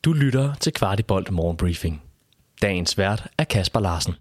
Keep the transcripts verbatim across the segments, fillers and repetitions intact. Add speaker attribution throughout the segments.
Speaker 1: Du lytter til Kvartibolt Morgenbriefing. Dagens vært er Kasper Larsen.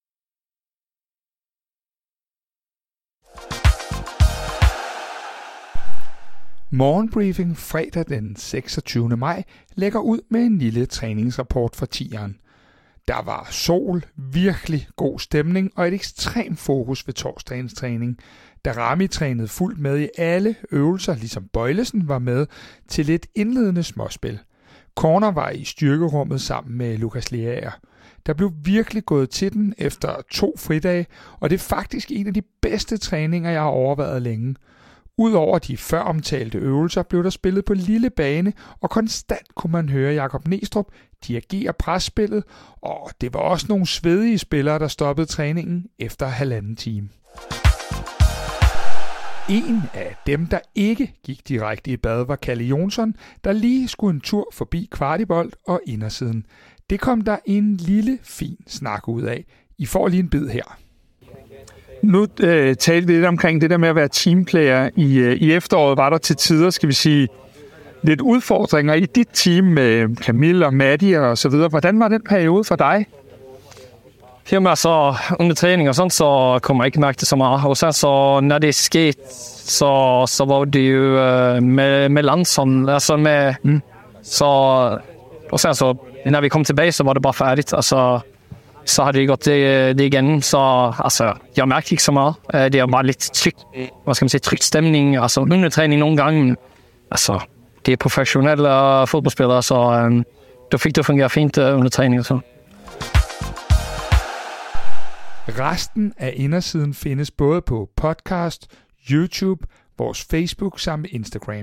Speaker 2: Morgenbriefing fredag den seksogtyvende maj lægger ud med en lille træningsrapport for tieren. Der var sol, virkelig god stemning og et ekstremt fokus ved torsdagens træning. Da Rami trænede fuldt med i alle øvelser, ligesom Bøjlesen var med til et indledende småspil. Corner var i styrkerummet sammen med Lukas Leaer. Der blev virkelig gået til den efter to fridage, og det er faktisk en af de bedste træninger, jeg har overvejet længe. Udover de før omtalte øvelser blev der spillet på lille bane, og konstant kunne man høre Jakob Næstrup dirigere presspillet, og det var også nogle svedige spillere, der stoppede træningen efter halvanden time. En af dem, der ikke gik direkte i bad, var Kalle Jonsson, der lige skulle en tur forbi Kvartibolt og indersiden. Det kom der en lille, fin snak ud af. I får lige en bid her.
Speaker 3: Nu øh, talte vi lidt omkring det der med at være teamplayer. I, øh, I efteråret var der til tider, skal vi sige, lidt udfordringer i dit team med Camille og Matti og så videre. Hvordan var den periode for dig?
Speaker 4: Jamen altså, under træning og sådan, så kommer jeg ikke mærke det så meget. Og sen så, når det skete, så, så var det jo øh, med, med landsholdet, altså med, mm. så, og sen så, når vi kom tilbage, så var det bare færdigt, altså, så har det gått det, det igen, så altså, jeg mærkte ikke så meget. Det er bare lidt trygt, hvad skal man sige, trygt stemning, altså under træning nogle gange, altså, det er professionelle fodboldspillere, så øh, du fik det fungere fint øh, under træning og så.
Speaker 2: Resten af indersiden findes både på podcast, YouTube, vores Facebook samt Instagram.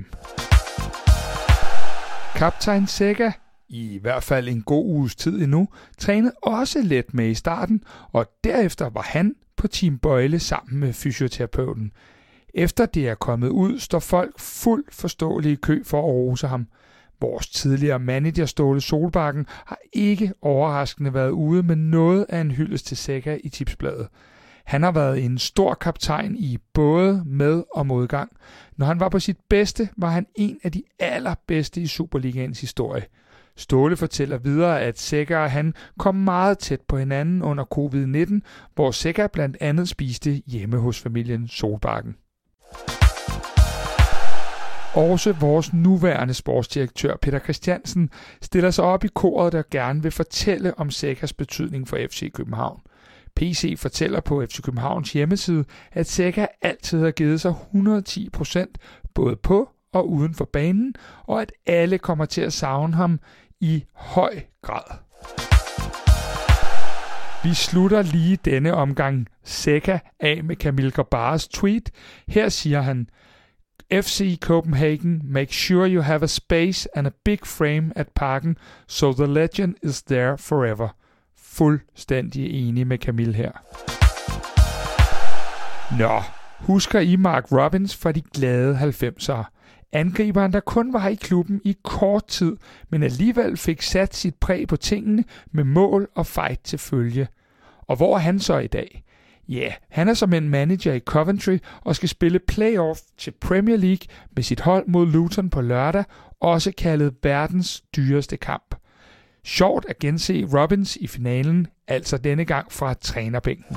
Speaker 2: Kaptajn Sækker, i hvert fald en god uges tid endnu, trænede også let med i starten, og derefter var han på Team Bøjle sammen med fysioterapeuten. Efter det er kommet ud, står folk fuldt forståelige i kø for at rose ham. Vores tidligere manager Ståle Solbakken har ikke overraskende været ude med noget af en hyldest til Sækker i Tipsbladet. Han har været en stor kaptajn i både med- og modgang. Når han var på sit bedste, var han en af de allerbedste i Superligaens historie. Ståle fortæller videre, at Sækker og han kom meget tæt på hinanden under covid nitten, hvor Sækker blandt andet spiste hjemme hos familien Solbakken. Også vores nuværende sportsdirektør Peter Christiansen stiller sig op i koret, der gerne vil fortælle om Sækkers betydning for F C København. P C fortæller på F C Københavns hjemmeside, at Sækker altid har givet sig et hundrede og ti procent både på og uden for banen, og at alle kommer til at savne ham i høj grad. Vi slutter lige denne omgang Sækker af med Camille Grabares tweet. Her siger han: F C Copenhagen, make sure you have a space and a big frame at Parken, so the legend is there forever. Fuldstændig enig med Camille her. Nå, husker I Mark Robins fra de glade halvfemsere? Angriberen, der kun var i klubben i kort tid, men alligevel fik sat sit præg på tingene med mål og fight til følge. Og hvor er han så i dag? Ja, yeah, han er som en manager i Coventry og skal spille playoff til Premier League med sit hold mod Luton på lørdag, også kaldet verdens dyreste kamp. Sjovt at gense Robins i finalen, altså denne gang fra trænerbænken.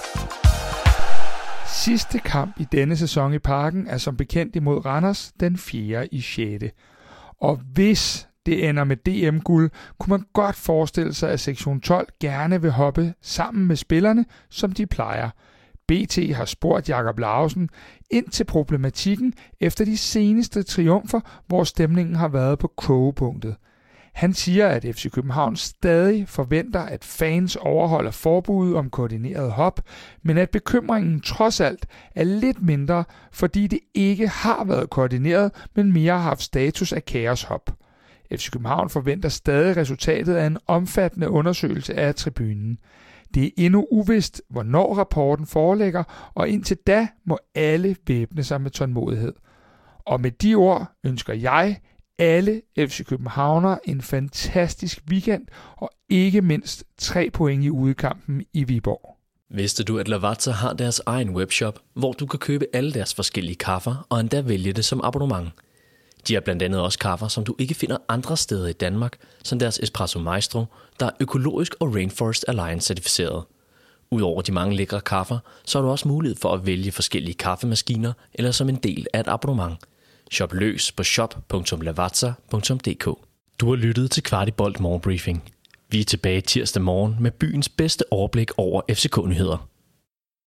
Speaker 2: Sidste kamp i denne sæson i Parken er som bekendt imod Randers den fjerde i sjette. Og hvis det ender med D M-guld, kunne man godt forestille sig, at sektion tolv gerne vil hoppe sammen med spillerne, som de plejer. B T har spurgt Jakob Larsen ind til problematikken efter de seneste triumfer, hvor stemningen har været på kogepunktet. Han siger, at F C København stadig forventer, at fans overholder forbuddet om koordineret hop, men at bekymringen trods alt er lidt mindre, fordi det ikke har været koordineret, men mere har haft status af kaoshop. F C København forventer stadig resultatet af en omfattende undersøgelse af tribunen. Det er endnu uvist, hvornår rapporten foreligger, og indtil da må alle væbne sig med tålmodighed. Og med de ord ønsker jeg alle F C Københavnere en fantastisk weekend, og ikke mindst tre point i udekampen i Viborg.
Speaker 1: Vidste du, at Lavazza har deres egen webshop, hvor du kan købe alle deres forskellige kaffer og endda vælge det som abonnement? De har blandt andet også kaffer, som du ikke finder andre steder i Danmark, som deres Espresso Maestro, der er økologisk og Rainforest Alliance certificeret. Udover de mange lækre kaffer, så har du også mulighed for at vælge forskellige kaffemaskiner eller som en del af et abonnement. Shop løs på shop punktum lavazza punktum d k. Du har lyttet til Kvartibolt Morgenbriefing. Vi er tilbage tirsdag morgen med byens bedste overblik over F C K-nyheder.